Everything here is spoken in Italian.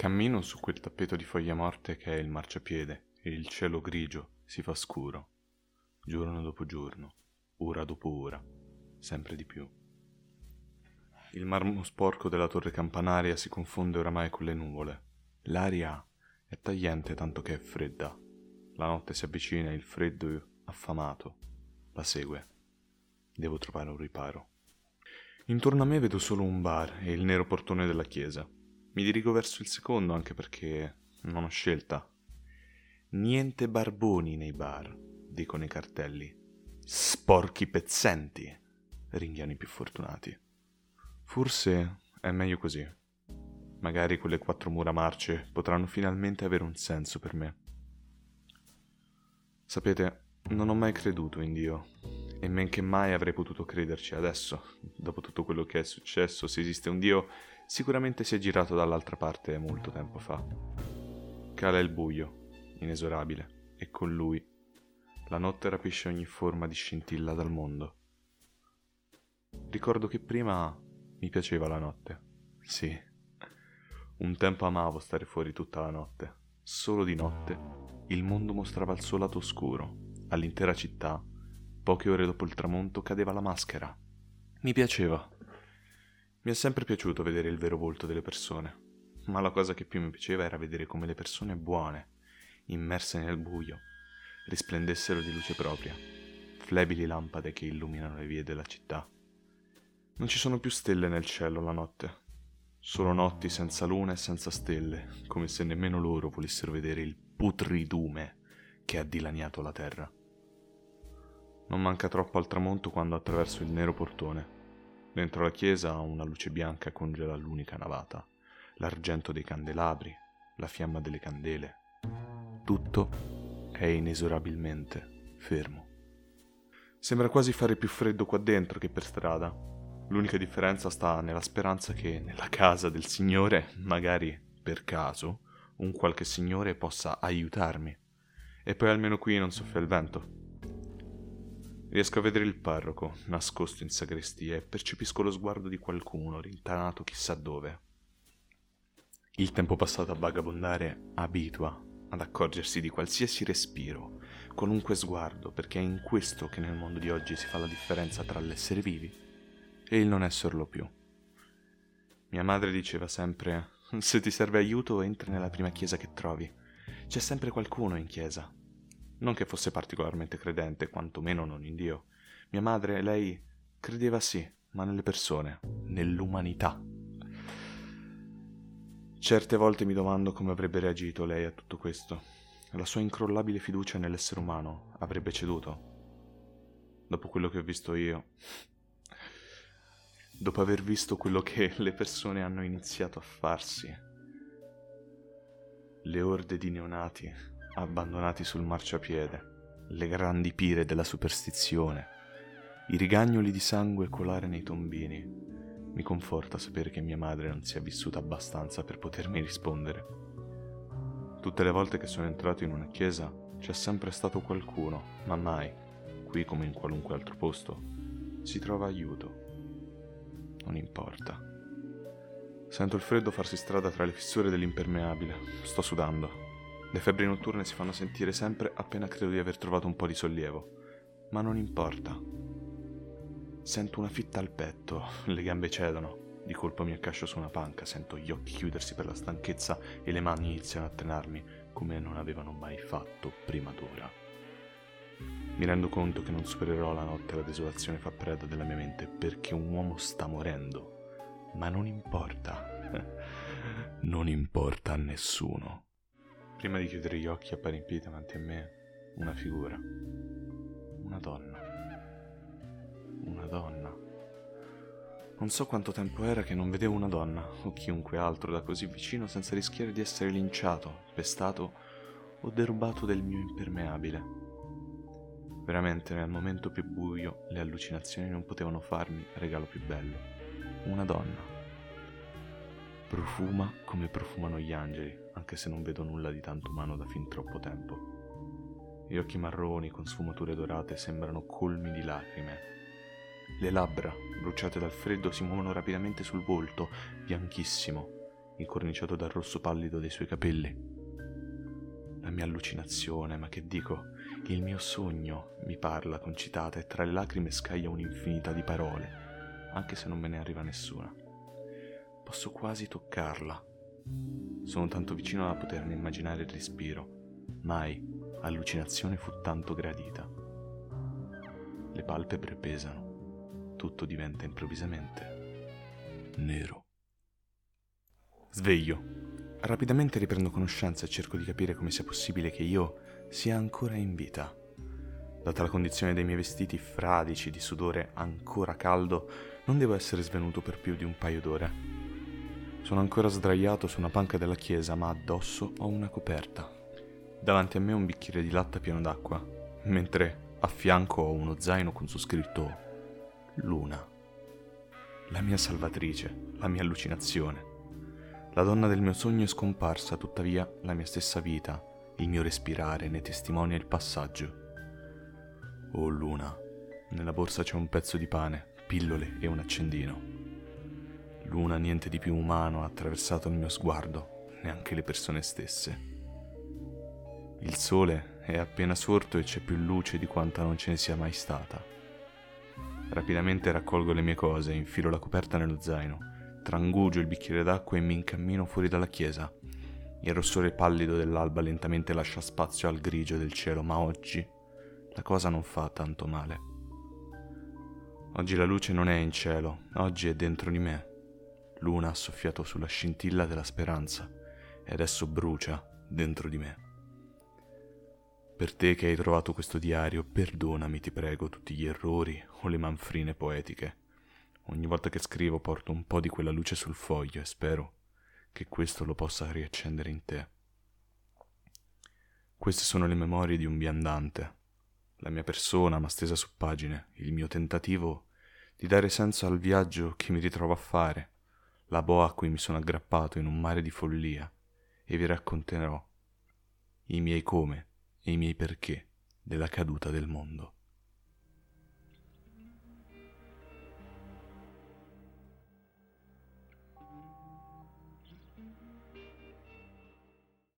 Cammino su quel tappeto di foglie morte che è il marciapiede e il cielo grigio si fa scuro, giorno dopo giorno, ora dopo ora, sempre di più. Il marmo sporco della torre campanaria si confonde oramai con le nuvole. L'aria è tagliente tanto che è fredda. La notte si avvicina e il freddo affamato la segue. Devo trovare un riparo. Intorno a me vedo solo un bar e il nero portone della chiesa. Mi dirigo verso il secondo anche perché non ho scelta. Niente barboni nei bar, dicono i cartelli. Sporchi pezzenti, ringhiano i più fortunati. Forse è meglio così. Magari quelle 4 mura marce potranno finalmente avere un senso per me. Sapete, non ho mai creduto in Dio, e men che mai avrei potuto crederci adesso. Dopo tutto quello che è successo, se esiste un Dio, sicuramente si è girato dall'altra parte molto tempo fa. Cala il buio, inesorabile, e con lui la notte rapisce ogni forma di scintilla dal mondo. Ricordo che prima mi piaceva la notte. Sì, un tempo amavo stare fuori tutta la notte. Solo di notte il mondo mostrava il suo lato oscuro. All'intera città, poche ore dopo il tramonto, cadeva la maschera. Mi piaceva. Mi è sempre piaciuto vedere il vero volto delle persone, ma la cosa che più mi piaceva era vedere come le persone buone, immerse nel buio, risplendessero di luce propria, flebili lampade che illuminano le vie della città. Non ci sono più stelle nel cielo la notte, solo notti senza luna e senza stelle, come se nemmeno loro volessero vedere il putridume che ha dilaniato la terra. Non manca troppo al tramonto quando attraverso il nero portone. Dentro la chiesa una luce bianca congela l'unica navata, l'argento dei candelabri, la fiamma delle candele. Tutto è inesorabilmente fermo. Sembra quasi fare più freddo qua dentro che per strada. L'unica differenza sta nella speranza che nella casa del Signore, magari per caso, un qualche signore possa aiutarmi. E poi almeno qui non soffia il vento. Riesco a vedere il parroco, nascosto in sagrestia, e percepisco lo sguardo di qualcuno, rintanato chissà dove. Il tempo passato a vagabondare abitua ad accorgersi di qualsiasi respiro, qualunque sguardo, perché è in questo che nel mondo di oggi si fa la differenza tra l'essere vivi e il non esserlo più. Mia madre diceva sempre: se ti serve aiuto entra nella prima chiesa che trovi. C'è sempre qualcuno in chiesa. Non che fosse particolarmente credente, quantomeno non in Dio. Mia madre, lei, credeva sì, ma nelle persone, nell'umanità. Certe volte mi domando come avrebbe reagito lei a tutto questo. La sua incrollabile fiducia nell'essere umano avrebbe ceduto. Dopo quello che ho visto io. Dopo aver visto quello che le persone hanno iniziato a farsi. Le orde di neonati abbandonati sul marciapiede, le grandi pire della superstizione, i rigagnoli di sangue colare nei tombini. Mi conforta sapere che mia madre non sia vissuta abbastanza per potermi rispondere. Tutte le volte che sono entrato in una chiesa c'è sempre stato qualcuno, ma mai, qui come in qualunque altro posto, si trova aiuto. Non importa. Sento il freddo farsi strada tra le fissure dell'impermeabile. Sto sudando. Le febbri notturne si fanno sentire sempre appena credo di aver trovato un po' di sollievo. Ma non importa. Sento una fitta al petto, le gambe cedono. Di colpo mi accascio su una panca, sento gli occhi chiudersi per la stanchezza e le mani iniziano a tenermi come non avevano mai fatto prima d'ora. Mi rendo conto che non supererò la notte e la desolazione fa preda della mia mente perché un uomo sta morendo. Ma non importa. Non importa a nessuno. Prima di chiudere gli occhi appare in piedi davanti a me una figura. Una donna. Una donna. Non so quanto tempo era che non vedevo una donna o chiunque altro da così vicino senza rischiare di essere linciato, pestato o derubato del mio impermeabile. Veramente nel momento più buio le allucinazioni non potevano farmi regalo più bello. Una donna. Profuma come profumano gli angeli, anche se non vedo nulla di tanto umano da fin troppo tempo. Gli occhi marroni con sfumature dorate sembrano colmi di lacrime. Le labbra, bruciate dal freddo, si muovono rapidamente sul volto, bianchissimo, incorniciato dal rosso pallido dei suoi capelli. La mia allucinazione, ma che dico, il mio sogno mi parla concitata e tra le lacrime scaglia un'infinità di parole, anche se non me ne arriva nessuna. Posso quasi toccarla. Sono tanto vicino da poterne immaginare il respiro. Mai allucinazione fu tanto gradita. Le palpebre pesano. Tutto diventa improvvisamente nero. Sveglio. Rapidamente riprendo conoscenza e cerco di capire come sia possibile che io sia ancora in vita. Data la condizione dei miei vestiti fradici di sudore ancora caldo, non devo essere svenuto per più di un paio d'ore. Sono ancora sdraiato su una panca della chiesa, ma addosso ho una coperta. Davanti a me un bicchiere di latte pieno d'acqua, mentre a fianco ho uno zaino con su scritto Luna. La mia salvatrice, la mia allucinazione. La donna del mio sogno è scomparsa, tuttavia la mia stessa vita, il mio respirare ne testimonia il passaggio. Oh Luna, nella borsa c'è un pezzo di pane, pillole e un accendino. Luna, niente di più umano ha attraversato il mio sguardo, neanche le persone stesse. Il sole è appena sorto e c'è più luce di quanta non ce ne sia mai stata. Rapidamente raccolgo le mie cose, infilo la coperta nello zaino, trangugio il bicchiere d'acqua e mi incammino fuori dalla chiesa. Il rossore pallido dell'alba lentamente lascia spazio al grigio del cielo, ma oggi la cosa non fa tanto male. Oggi la luce non è in cielo, oggi è dentro di me. Luna ha soffiato sulla scintilla della speranza e adesso brucia dentro di me. Per te che hai trovato questo diario, perdonami, ti prego, tutti gli errori o le manfrine poetiche. Ogni volta che scrivo porto un po' di quella luce sul foglio e spero che questo lo possa riaccendere in te. Queste sono le memorie di un viandante, la mia persona ma stesa su pagine, il mio tentativo di dare senso al viaggio che mi ritrovo a fare, la boa a cui mi sono aggrappato in un mare di follia, e vi racconterò i miei come e i miei perché della caduta del mondo.